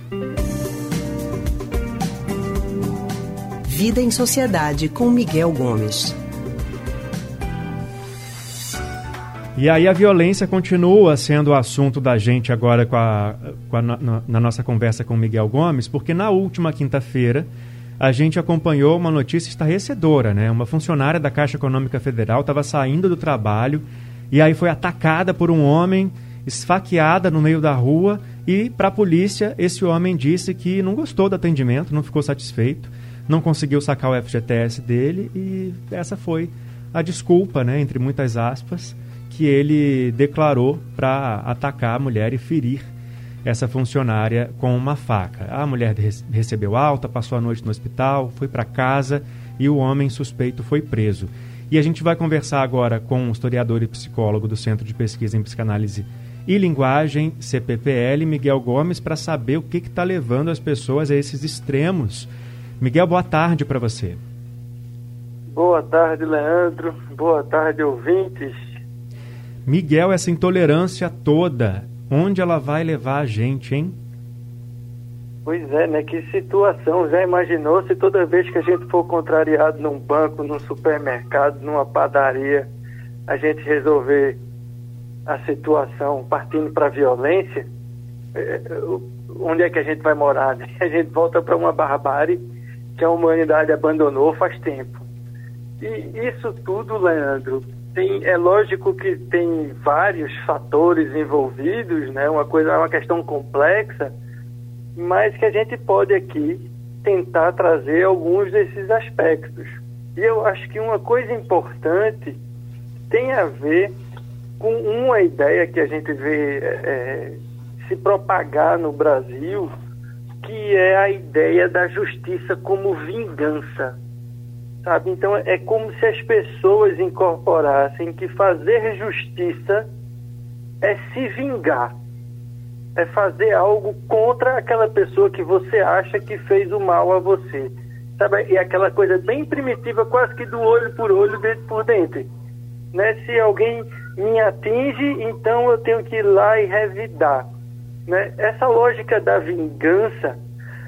Vida em Sociedade com Miguel Gomes. E aí a violência continua sendo o assunto da gente agora na nossa conversa com o Miguel Gomes, porque na última quinta-feira a gente acompanhou uma notícia estarrecedora, né? Uma funcionária da Caixa Econômica Federal estava saindo do trabalho e aí foi atacada por um homem, esfaqueada no meio da rua, e para a polícia esse homem disse que não gostou do atendimento, não ficou satisfeito, não conseguiu sacar o FGTS dele, e essa foi a desculpa, né, entre muitas aspas, que ele declarou para atacar a mulher e ferir essa funcionária com uma faca. A mulher recebeu alta, passou a noite no hospital, foi para casa e o homem suspeito foi preso. E a gente vai conversar agora com o historiador e psicólogo do Centro de Pesquisa em Psicanálise e Linguagem, CPPL, Miguel Gomes, para saber o que está levando as pessoas a esses extremos. Miguel, boa tarde para você. Boa tarde, Leandro. Boa tarde, ouvintes. Miguel, essa intolerância toda, onde ela vai levar a gente, hein? Pois é, né? Que situação. Já imaginou se toda vez que a gente for contrariado num banco, num supermercado, numa padaria, a gente resolver a situação partindo para a violência? Onde é que a gente vai morar, né? A gente volta para uma barbárie que a humanidade abandonou faz tempo. E isso tudo, Leandro, é lógico que tem vários fatores envolvidos, né? Uma questão complexa, mas que a gente pode aqui tentar trazer alguns desses aspectos. E eu acho que uma coisa importante tem a ver com uma ideia que a gente vê se propagar no Brasil, que é a ideia da justiça como vingança. Sabe? Então é como se as pessoas incorporassem que fazer justiça é se vingar, é fazer algo contra aquela pessoa que você acha que fez o mal a você, sabe? E aquela coisa bem primitiva, quase que do olho por olho, dente por dente, né? Se alguém me atinge, então eu tenho que ir lá e revidar, né? Essa lógica da vingança,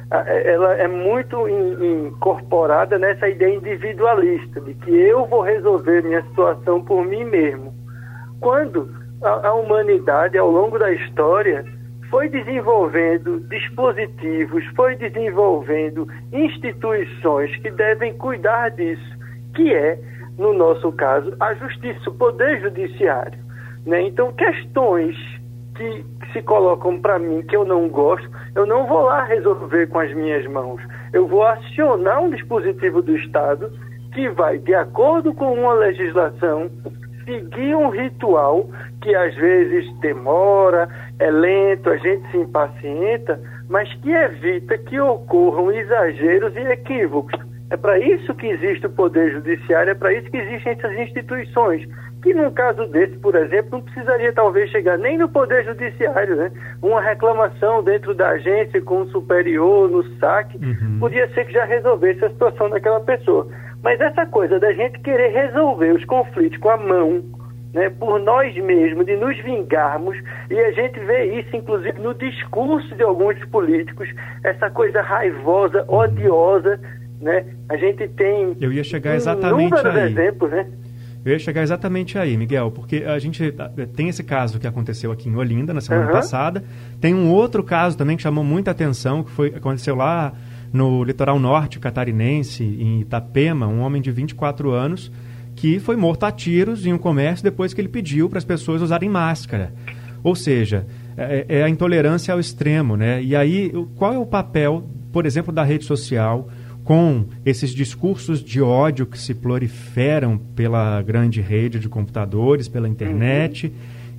ela é muito incorporada nessa ideia individualista, de que eu vou resolver minha situação por mim mesmo. Quando a humanidade, ao longo da história, foi desenvolvendo dispositivos, foi desenvolvendo instituições que devem cuidar disso, que é, no nosso caso, a justiça, o poder judiciário, né? Então, questões que se colocam para mim que eu não gosto, eu não vou lá resolver com as minhas mãos. Eu vou acionar um dispositivo do Estado que vai, de acordo com uma legislação, seguir um ritual que às vezes demora, é lento, a gente se impacienta, mas que evita que ocorram exageros e equívocos. É para isso que existe o Poder Judiciário, é para isso que existem essas instituições, que num caso desse, por exemplo, não precisaria talvez chegar nem no Poder Judiciário, né? Uma reclamação dentro da agência com o superior, no saque, podia ser que já resolvesse a situação daquela pessoa. Mas essa coisa da gente querer resolver os conflitos com a mão, né, por nós mesmos, de nos vingarmos, e a gente vê isso inclusive no discurso de alguns políticos, essa coisa raivosa, odiosa, né? A gente tem inúmeros exemplos, né? Eu ia chegar exatamente aí, Miguel, porque a gente tem esse caso que aconteceu aqui em Olinda na semana passada, tem um outro caso também que chamou muita atenção, que aconteceu lá no litoral norte catarinense, em Itapema, um homem de 24 anos que foi morto a tiros em um comércio depois que ele pediu para as pessoas usarem máscara. Ou seja, é a intolerância ao extremo, né? E aí, qual é o papel, por exemplo, da rede social com esses discursos de ódio que se proliferam pela grande rede de computadores, pela internet,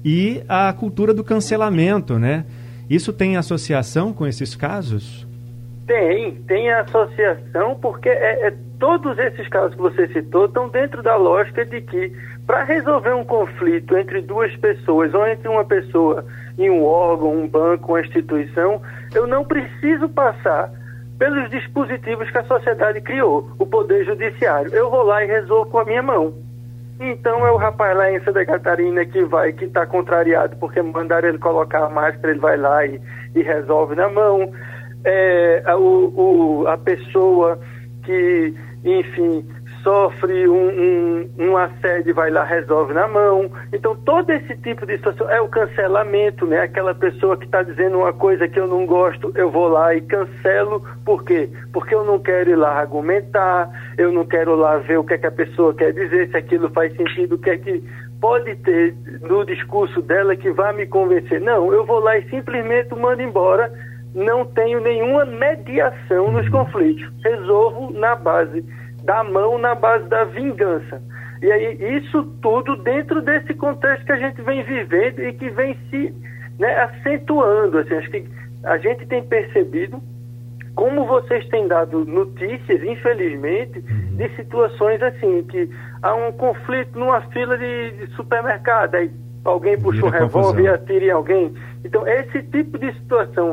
e a cultura do cancelamento, né? Isso tem associação com esses casos? Tem associação, porque todos esses casos que você citou estão dentro da lógica de que, para resolver um conflito entre duas pessoas, ou entre uma pessoa e um órgão, um banco, uma instituição, eu não preciso passar pelos dispositivos que a sociedade criou, o Poder Judiciário. Eu vou lá e resolvo com a minha mão. Então é o rapaz lá em Santa Catarina que está contrariado porque mandaram ele colocar a máscara, ele vai lá e resolve na mão. a pessoa que, enfim, sofre um assédio, vai lá, resolve na mão. Então, todo esse tipo de situação é o cancelamento, né? Aquela pessoa que está dizendo uma coisa que eu não gosto, eu vou lá e cancelo. Por quê? Porque eu não quero ir lá argumentar, eu não quero lá ver o que é que a pessoa quer dizer, se aquilo faz sentido, o que é que pode ter no discurso dela que vai me convencer. Não, eu vou lá e simplesmente mando embora, não tenho nenhuma mediação nos conflitos. Resolvo na base da mão, na base da vingança. E aí, isso tudo dentro desse contexto que a gente vem vivendo e que vem se, né, acentuando. Assim, acho que a gente tem percebido como vocês têm dado notícias, infelizmente, de situações assim, que há um conflito numa fila de supermercado, aí alguém puxa um revólver e atira em alguém. Então, esse tipo de situação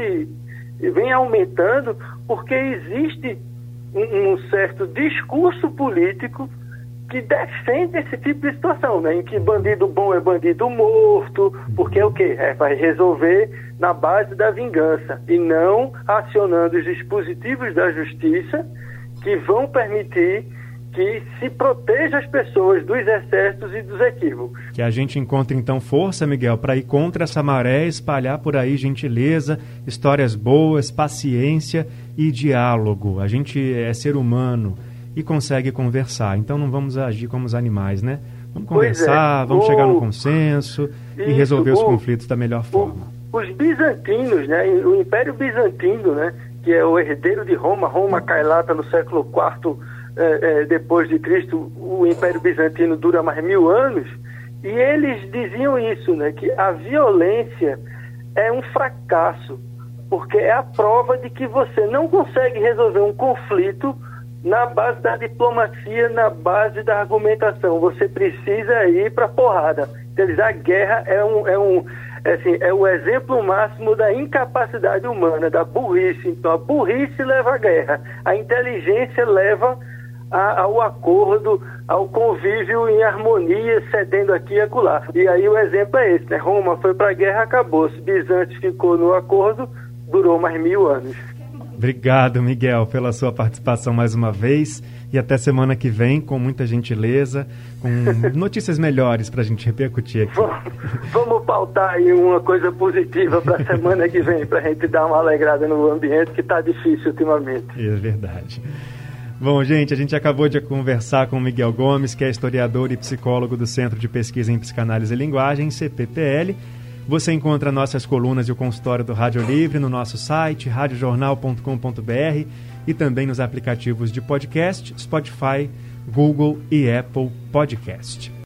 vem aumentando porque existe um certo discurso político que defende esse tipo de situação, né? Em que bandido bom é bandido morto, porque é o quê? Vai resolver na base da vingança e não acionando os dispositivos da justiça que vão permitir que se proteja as pessoas dos excessos e dos equívocos. Que a gente encontre, então, força, Miguel, para ir contra essa maré, espalhar por aí gentileza, histórias boas, paciência e diálogo. A gente é ser humano e consegue conversar, então não vamos agir como os animais, né? Vamos conversar, vamos chegar num consenso e resolver os conflitos da melhor forma. Os bizantinos, né? O Império Bizantino, né? Que é o herdeiro de Roma. Roma cai lá pelo século IV depois de Cristo. O Império Bizantino dura mais 1000 anos, e eles diziam isso, né? Que a violência é um fracasso, porque é a prova de que você não consegue resolver um conflito na base da diplomacia, na base da argumentação. Você precisa ir para a porrada. Quer dizer, a guerra é o exemplo máximo da incapacidade humana, da burrice. Então, a burrice leva à guerra, a inteligência leva ao acordo, ao convívio em harmonia, cedendo aqui e acolá. E aí o exemplo é esse, né? Roma foi para a guerra, acabou-se. Bizâncio ficou no acordo, durou mais 1000 anos. Obrigado, Miguel, pela sua participação mais uma vez, e até semana que vem, com muita gentileza, com notícias melhores para a gente repercutir aqui. Vamos pautar aí uma coisa positiva para a semana que vem, para a gente dar uma alegrada no ambiente que está difícil ultimamente. É verdade. Bom, gente, a gente acabou de conversar com o Miguel Gomes, que é historiador e psicólogo do Centro de Pesquisa em Psicanálise e Linguagem, CPPL. Você encontra nossas colunas e o consultório do Rádio Livre no nosso site, radiojornal.com.br, e também nos aplicativos de podcast, Spotify, Google e Apple Podcast.